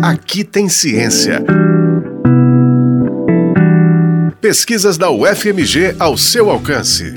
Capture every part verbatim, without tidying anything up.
Aqui tem ciência. Pesquisas da U F M G ao seu alcance.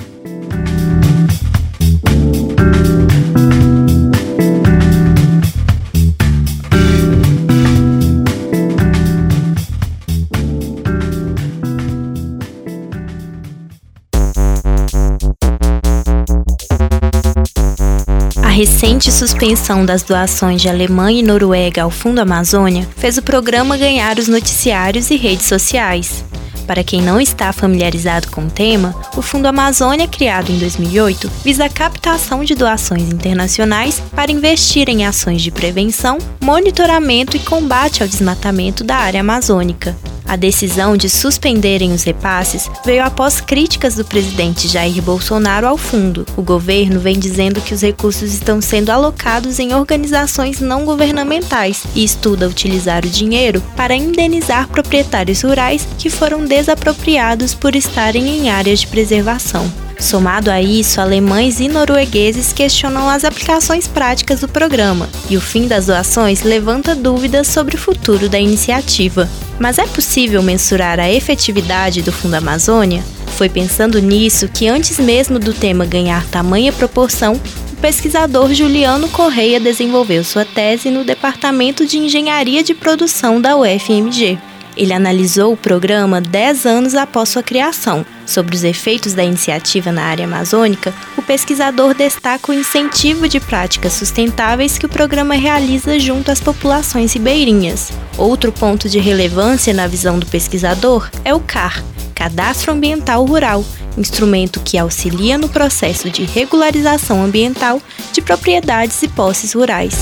A recente suspensão das doações de Alemanha e Noruega ao Fundo Amazônia fez o programa ganhar os noticiários e redes sociais. Para quem não está familiarizado com o tema, o Fundo Amazônia, criado em dois mil e oito, visa a captação de doações internacionais para investir em ações de prevenção, monitoramento e combate ao desmatamento da área amazônica. A decisão de suspenderem os repasses veio após críticas do presidente Jair Bolsonaro ao fundo. O governo vem dizendo que os recursos estão sendo alocados em organizações não governamentais e estuda utilizar o dinheiro para indenizar proprietários rurais que foram desapropriados por estarem em áreas de preservação. Somado a isso, alemães e noruegueses questionam as aplicações práticas do programa, e o fim das doações levanta dúvidas sobre o futuro da iniciativa. Mas é possível mensurar a efetividade do Fundo Amazônia? Foi pensando nisso que, antes mesmo do tema ganhar tamanha proporção, o pesquisador Juliano Correia desenvolveu sua tese no Departamento de Engenharia de Produção da U F M G. Ele analisou o programa dez anos após sua criação. Sobre os efeitos da iniciativa na área amazônica, o pesquisador destaca o incentivo de práticas sustentáveis que o programa realiza junto às populações ribeirinhas. Outro ponto de relevância na visão do pesquisador é o C A R, Cadastro Ambiental Rural, instrumento que auxilia no processo de regularização ambiental de propriedades e posses rurais.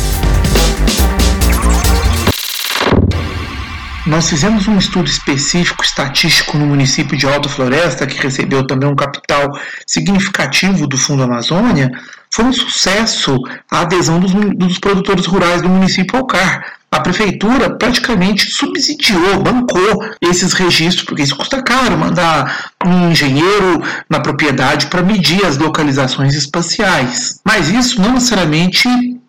Nós fizemos um estudo específico estatístico no município de Alta Floresta, que recebeu também um capital significativo do Fundo Amazônia. Foi um sucesso a adesão dos, dos produtores rurais do município ao C A R. A prefeitura praticamente subsidiou, bancou esses registros, porque isso custa caro, mandar um engenheiro na propriedade para medir as localizações espaciais. Mas isso não necessariamente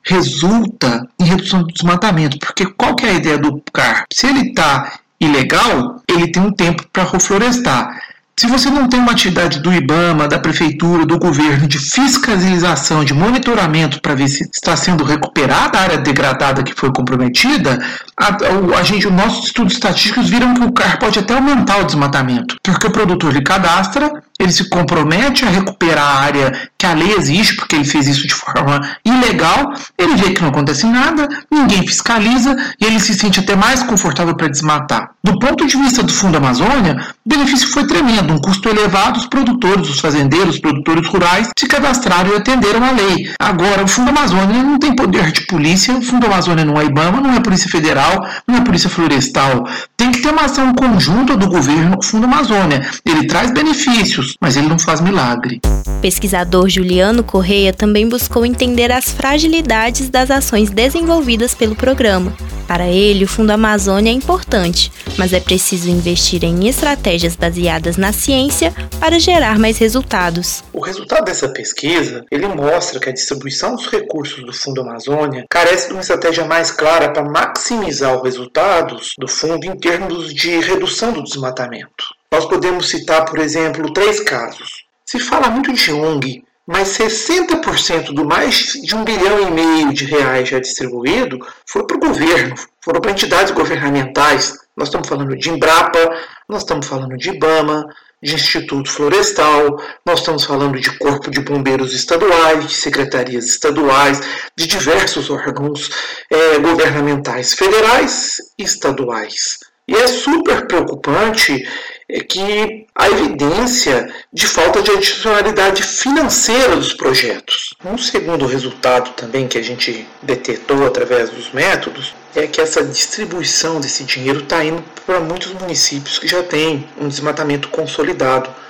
resulta em redução do desmatamento, porque qual que é a ideia do C A R? Se ele está ilegal, ele tem um tempo para reflorestar. Se você não tem uma atividade do IBAMA, da prefeitura, do governo, de fiscalização, de monitoramento para ver se está sendo recuperada a área degradada que foi comprometida, a, a gente, os nossos estudos estatísticos viram que o C A R pode até aumentar o desmatamento, porque o produtor lhe cadastra, ele se compromete a recuperar a área que a lei exige, porque ele fez isso de forma ilegal, ele vê que não acontece nada, ninguém fiscaliza e ele se sente até mais confortável para desmatar. Do ponto de vista do Fundo Amazônia, o benefício foi tremendo, um custo elevado, os produtores, os fazendeiros, os produtores rurais se cadastraram e atenderam à lei. Agora, o Fundo Amazônia não tem poder de polícia, o Fundo Amazônia não é IBAMA, não é Polícia Federal, não é Polícia Florestal. Tem que ter uma ação conjunta do governo com o Fundo Amazônia. Ele traz benefícios, mas ele não faz milagre. O pesquisador Juliano Correia também buscou entender as fragilidades das ações desenvolvidas pelo programa. Para ele, o Fundo Amazônia é importante, mas é preciso investir em estratégias baseadas na ciência para gerar mais resultados. O resultado dessa pesquisa, ele mostra que a distribuição dos recursos do Fundo Amazônia carece de uma estratégia mais clara para maximizar os resultados do fundo em termos de redução do desmatamento. Nós podemos citar, por exemplo, três casos. Se fala muito de O N G, mas sessenta por cento do mais de um bilhão e meio de reais já distribuído foi para o governo, foram para entidades governamentais. Nós estamos falando de Embrapa, nós estamos falando de IBAMA, de Instituto Florestal, nós estamos falando de Corpo de Bombeiros estaduais, de secretarias estaduais, de diversos órgãos é, governamentais federais e estaduais. E é super preocupante é que a evidência de falta de adicionalidade financeira dos projetos. Um segundo resultado também que a gente detectou através dos métodos é que essa distribuição desse dinheiro está indo para muitos municípios que já têm um desmatamento consolidado,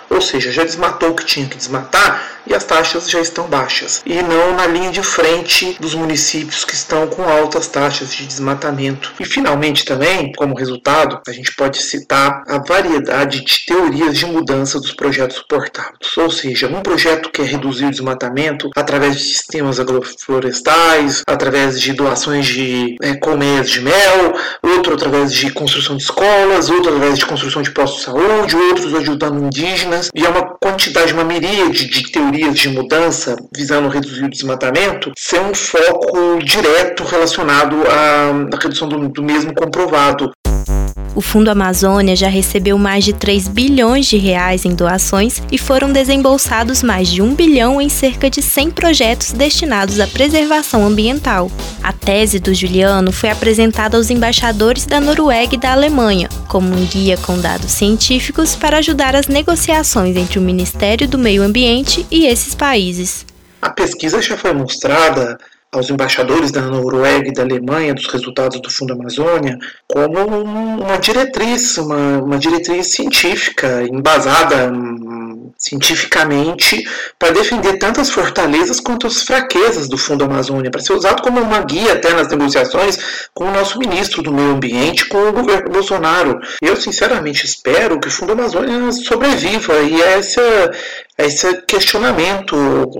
Ou seja, já desmatou o que tinha que desmatar e as taxas já estão baixas. E não na linha de frente dos municípios que estão com altas taxas de desmatamento. E finalmente também, como resultado, a gente pode citar a variedade de teorias de mudança dos projetos suportados. Ou seja, um projeto quer reduzir o desmatamento através de sistemas agroflorestais, através de doações de é, colmeias de mel, outro através de construção de escolas, outro através de construção de postos de saúde, outros ajudando indígenas. E é uma quantidade, uma miríade de teorias de mudança visando reduzir o desmatamento, sem um foco direto relacionado à redução do, do mesmo comprovado. O Fundo Amazônia já recebeu mais de três bilhões de reais em doações e foram desembolsados mais de um bilhão em cerca de cem projetos destinados à preservação ambiental. A tese do Juliano foi apresentada aos embaixadores da Noruega e da Alemanha, como um guia com dados científicos para ajudar as negociações entre o Ministério do Meio Ambiente e esses países. A pesquisa já foi mostrada aos embaixadores da Noruega e da Alemanha dos resultados do Fundo Amazônia como uma diretriz, uma, uma diretriz científica, embasada hum, cientificamente para defender tanto as fortalezas quanto as fraquezas do Fundo Amazônia, para ser usado como uma guia até nas negociações com o nosso ministro do Meio Ambiente, com o governo Bolsonaro. Eu sinceramente espero que o Fundo Amazônia sobreviva e a esse, a esse questionamento,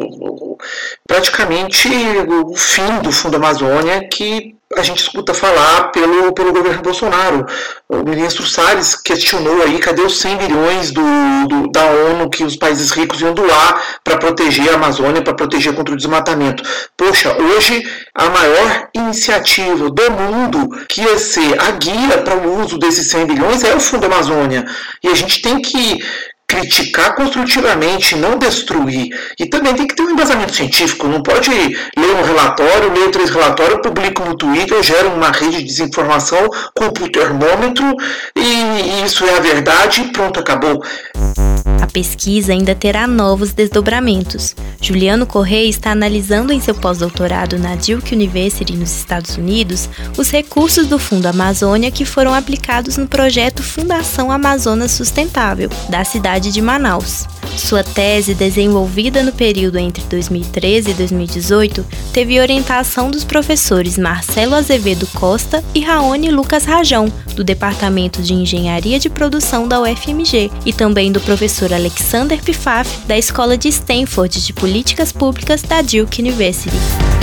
praticamente o fim do Fundo Amazônia que a gente escuta falar pelo, pelo governo Bolsonaro. O ministro Salles questionou aí, cadê os cem bilhões do, do, da ONU que os países ricos iam doar para proteger a Amazônia, para proteger contra o desmatamento. Poxa, hoje a maior iniciativa do mundo que ia ser a guia para o uso desses cem bilhões é o Fundo Amazônia. E a gente tem que criticar construtivamente, não destruir. E também tem que ter um embasamento científico. Não pode ler um relatório, ler três relatórios, publico no Twitter, gero uma rede de desinformação, compro o termômetro e, e isso é a verdade e pronto, acabou. A pesquisa ainda terá novos desdobramentos. Juliano Correia está analisando em seu pós-doutorado na Duke University, nos Estados Unidos, os recursos do Fundo Amazônia que foram aplicados no projeto Fundação Amazonas Sustentável, da cidade de Manaus. Sua tese, desenvolvida no período entre dois mil e treze e dois mil e dezoito, teve orientação dos professores Marcelo Azevedo Costa e Raoni Lucas Rajão, do Departamento de Engenharia de Produção da U F M G, e também do professor Alexander Pfaff, da Escola de Stanford de Políticas Públicas da Duke University.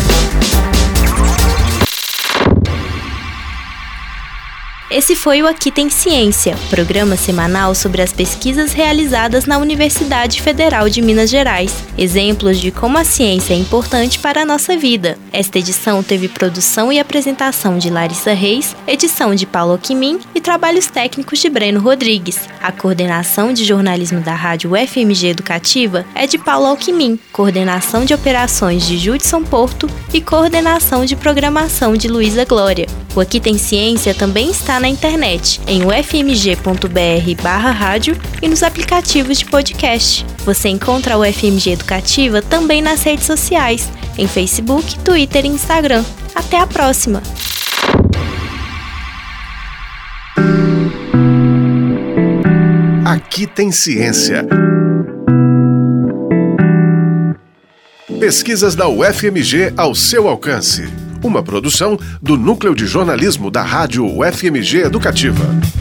Esse foi o Aqui Tem Ciência, programa semanal sobre as pesquisas realizadas na Universidade Federal de Minas Gerais, exemplos de como a ciência é importante para a nossa vida. Esta edição teve produção e apresentação de Larissa Reis, edição de Paulo Alquimim e trabalhos técnicos de Breno Rodrigues. A coordenação de jornalismo da Rádio U F M G Educativa é de Paulo Alquimim, coordenação de operações de Judson Porto e coordenação de programação de Luísa Glória. O Aqui Tem Ciência também está na internet, em u f m g ponto b r barra rádio e nos aplicativos de podcast. Você encontra a U F M G Educativa também nas redes sociais, em Facebook, Twitter e Instagram. Até a próxima! Aqui Tem Ciência. Pesquisas da U F M G ao seu alcance. Uma produção do Núcleo de Jornalismo da Rádio U F M G Educativa.